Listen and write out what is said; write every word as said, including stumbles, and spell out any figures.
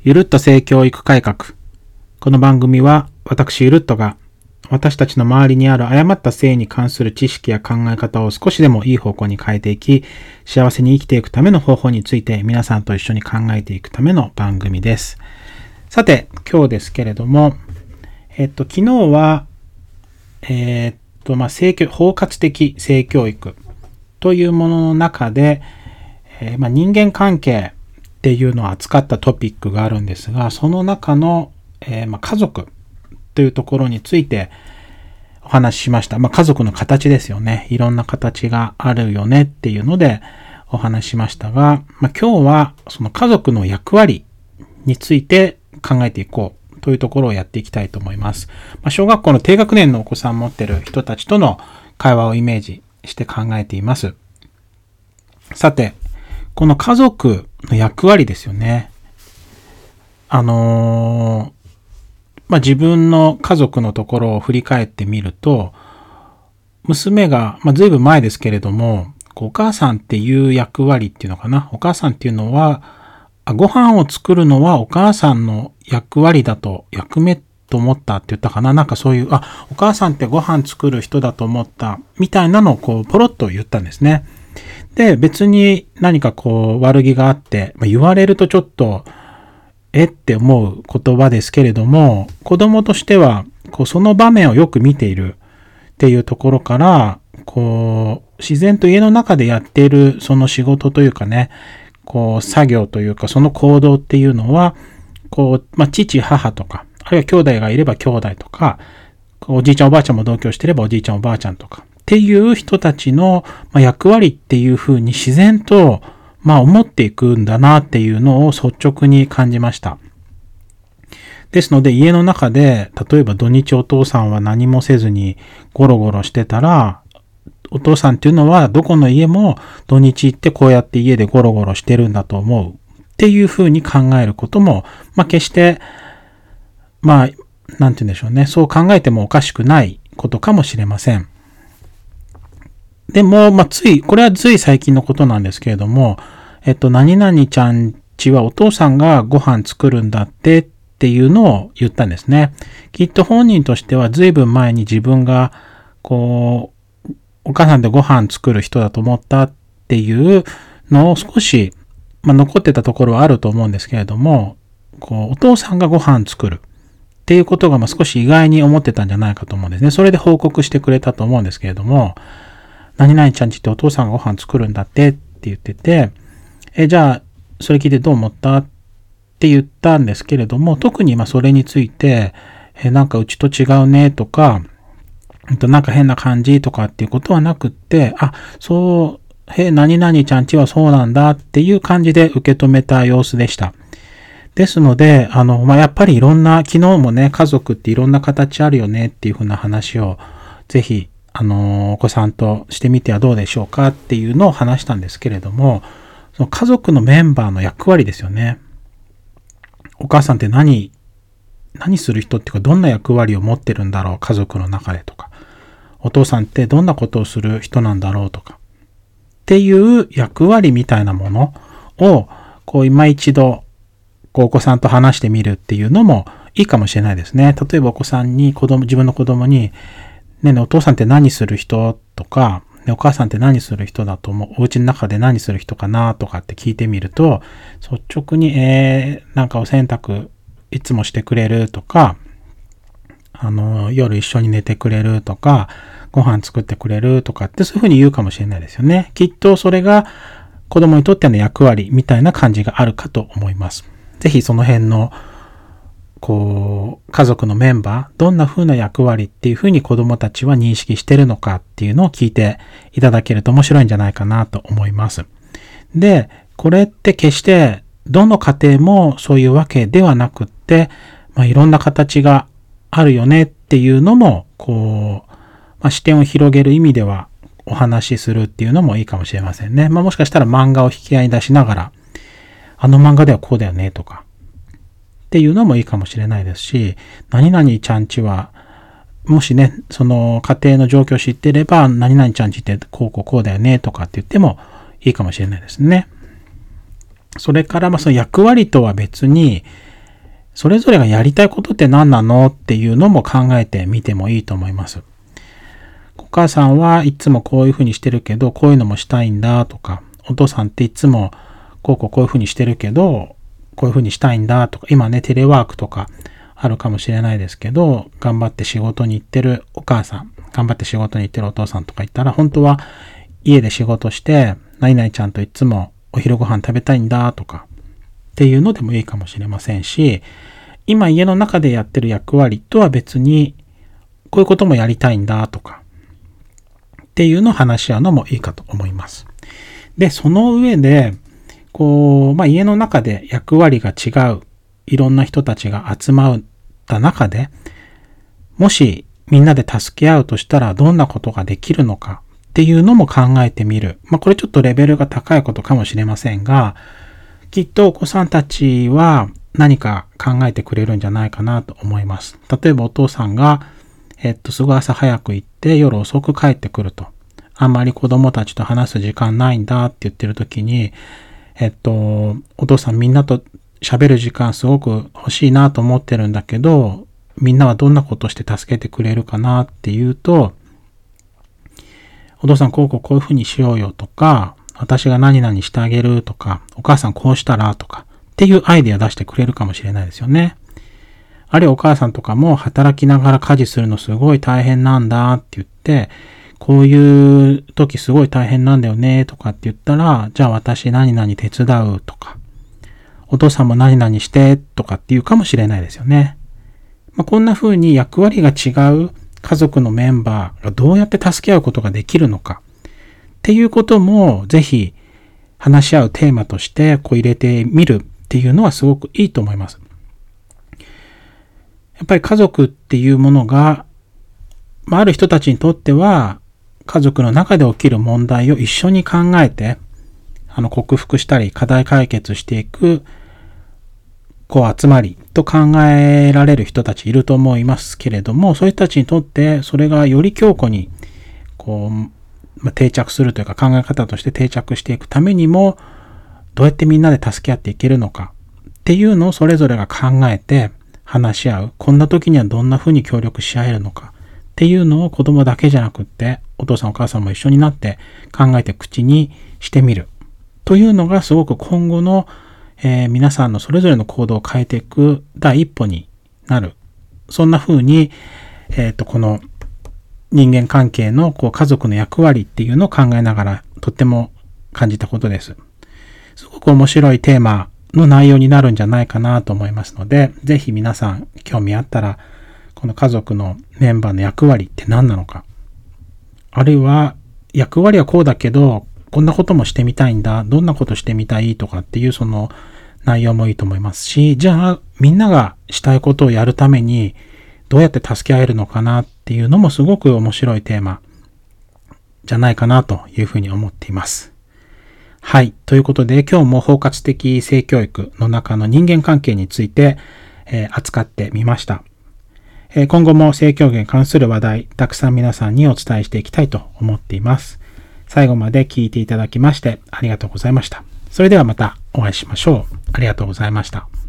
ゆるっと性教育改革。この番組は私ゆるっとが私たちの周りにある誤った性に関する知識や考え方を少しでもいい方向に変えていき、幸せに生きていくための方法について皆さんと一緒に考えていくための番組です。さて、今日ですけれども、えっと、昨日は、えー、っと、まあ、性教、包括的性教育というものの中で、えーまあ、人間関係っていうのを扱ったトピックがあるんですが、その中の、えーまあ、家族というところについてお話ししました。まあ、家族の形ですよね。いろんな形があるよねっていうのでお話ししましたが、まあ、今日はその家族の役割について考えていこうというところをやっていきたいと思います。まあ、小学校の低学年のお子さんを持っている人たちとの会話をイメージして考えています。さて、この家族の役割ですよね。あのー、まあ、自分の家族のところを振り返ってみると、娘が、まあ、ずいぶん前ですけれども、お母さんっていう役割っていうのかな。お母さんっていうのは、ご飯を作るのはお母さんの役割だと、役目と思ったって言ったかな。なんかそういう、あ、お母さんってご飯作る人だと思った、みたいなのをこう、ポロッと言ったんですね。で、別に何かこう悪気があって、まあ、言われるとちょっと、えって思う言葉ですけれども、子供としては、こうその場面をよく見ているっていうところから、こう、自然と家の中でやっているその仕事というかね、こう作業というかその行動っていうのは、こう、まあ、父、母とか、あるいは兄弟がいれば兄弟とか、おじいちゃんおばあちゃんも同居してればおじいちゃんおばあちゃんとか、っていう人たちの役割っていう風に自然とまあ思っていくんだなっていうのを率直に感じました。ですので家の中で例えば土日お父さんは何もせずにゴロゴロしてたら、お父さんっていうのはどこの家も土日行ってこうやって家でゴロゴロしてるんだと思うっていう風に考えることも、まあ決してまあなんて言うんでしょうね、そう考えてもおかしくないことかもしれません。でも、まあ、つい、これはつい最近のことなんですけれども、えっと、何々ちゃんちはお父さんがご飯作るんだってっていうのを言ったんですね。きっと本人としてはずいぶん前に自分が、こう、お母さんでご飯作る人だと思ったっていうのを少し、まあ、残ってたところはあると思うんですけれども、こう、お父さんがご飯作るっていうことが、まあ、少し意外に思ってたんじゃないかと思うんですね。それで報告してくれたと思うんですけれども、何々ちゃんちってお父さんがご飯作るんだってって言ってて、え、じゃあ、それ聞いてどう思ったって言ったんですけれども、特にまあそれについて、え、なんかうちと違うねとか、なんか変な感じとかっていうことはなくって、あ、そう、へ、何々ちゃんちはそうなんだっていう感じで受け止めた様子でした。ですので、あの、まあ、やっぱりいろんな、昨日もね、家族っていろんな形あるよねっていうふうな話を、ぜひ、あの、お子さんとしてみてはどうでしょうかっていうのを話したんですけれども、その家族のメンバーの役割ですよね。お母さんって何、何する人っていうかどんな役割を持ってるんだろう、家族の中でとか。お父さんってどんなことをする人なんだろうとか。っていう役割みたいなものを、こう今一度、こうお子さんと話してみるっていうのもいいかもしれないですね。例えばお子さんに子供、自分の子供に、ねえねえお父さんって何する人とか、ね、お母さんって何する人だと思う、お家の中で何する人かなとかって聞いてみると、率直に、えー、なんかお洗濯いつもしてくれるとか、あの、夜一緒に寝てくれるとか、ご飯作ってくれるとかってそういうふうに言うかもしれないですよね。きっとそれが子供にとっての役割みたいな感じがあるかと思います。ぜひその辺のこう、家族のメンバー、どんな風な役割っていう風に子供たちは認識してるのかっていうのを聞いていただけると面白いんじゃないかなと思います。で、これって決してどの家庭もそういうわけではなくって、まあ、いろんな形があるよねっていうのも、こう、まあ、視点を広げる意味ではお話しするっていうのもいいかもしれませんね。まあ、もしかしたら漫画を引き合いに出しながら、あの漫画ではこうだよねとか、っていうのもいいかもしれないですし、何々ちゃんちは、もしね、その家庭の状況を知っていれば、何々ちゃんちってこうこうこうだよねとかって言ってもいいかもしれないですね。それから、まあその役割とは別に、 それぞれがやりたいことって何なのっていうのも考えてみてもいいと思います。お母さんはいつもこういうふうにしてるけど、こういうのもしたいんだとか、お父さんっていつもこうこうこういうふうにしてるけど、こういうふうにしたいんだとか、今ね、テレワークとかあるかもしれないですけど、頑張って仕事に行ってるお母さん、頑張って仕事に行ってるお父さんとか言ったら、本当は家で仕事して、何々ちゃんといつもお昼ご飯食べたいんだとか、っていうのでもいいかもしれませんし、今家の中でやってる役割とは別に、こういうこともやりたいんだとか、っていうのを話し合うのもいいかと思います。で、その上で、こう、まあ、家の中で役割が違う、いろんな人たちが集まった中で、もしみんなで助け合うとしたらどんなことができるのかっていうのも考えてみる。まあ、これちょっとレベルが高いことかもしれませんが、きっとお子さんたちは何か考えてくれるんじゃないかなと思います。例えばお父さんが、えっと、すごい朝早く行って夜遅く帰ってくると。あんまり子供たちと話す時間ないんだって言ってる時に、えっと、お父さんみんなと喋る時間すごく欲しいなと思ってるんだけど、みんなはどんなことして助けてくれるかなっていうと、お父さんこうこうこういうふうにしようよとか、私が何々してあげるとか、お母さんこうしたらとかっていうアイデア出してくれるかもしれないですよね。あるいはお母さんとかも働きながら家事するのすごい大変なんだって言って、こういう時すごい大変なんだよねとかって言ったら、じゃあ私何々手伝うとか、お父さんも何々してとかっていうかもしれないですよね。まあ、こんな風に役割が違う家族のメンバーがどうやって助け合うことができるのかっていうこともぜひ話し合うテーマとしてこう入れてみるっていうのはすごくいいと思います。やっぱり家族っていうものが、まあ、ある人たちにとっては家族の中で起きる問題を一緒に考えて、あの、克服したり課題解決していく、こう集まりと考えられる人たちいると思いますけれども、そういう人たちにとってそれがより強固に、こう、まあ、定着するというか考え方として定着していくためにも、どうやってみんなで助け合っていけるのかっていうのをそれぞれが考えて話し合う。こんな時にはどんな風に協力し合えるのか。っていうのを子供だけじゃなくって、お父さんお母さんも一緒になって考えて口にしてみる。というのがすごく今後の、えー、皆さんのそれぞれの行動を変えていく第一歩になる。そんな風に、えっと、この人間関係のこう家族の役割っていうのを考えながらとっても感じたことです。すごく面白いテーマの内容になるんじゃないかなと思いますので、ぜひ皆さん興味あったら、この家族のメンバーの役割って何なのか。あるいは役割はこうだけど、こんなこともしてみたいんだ。どんなことしてみたいとかっていうその内容もいいと思いますし、じゃあみんながしたいことをやるためにどうやって助け合えるのかなっていうのもすごく面白いテーマじゃないかなというふうに思っています。はい。ということで今日も包括的性教育の中の人間関係について、えー、扱ってみました。今後も性教育に関する話題、たくさん皆さんにお伝えしていきたいと思っています。最後まで聞いていただきましてありがとうございました。それではまたお会いしましょう。ありがとうございました。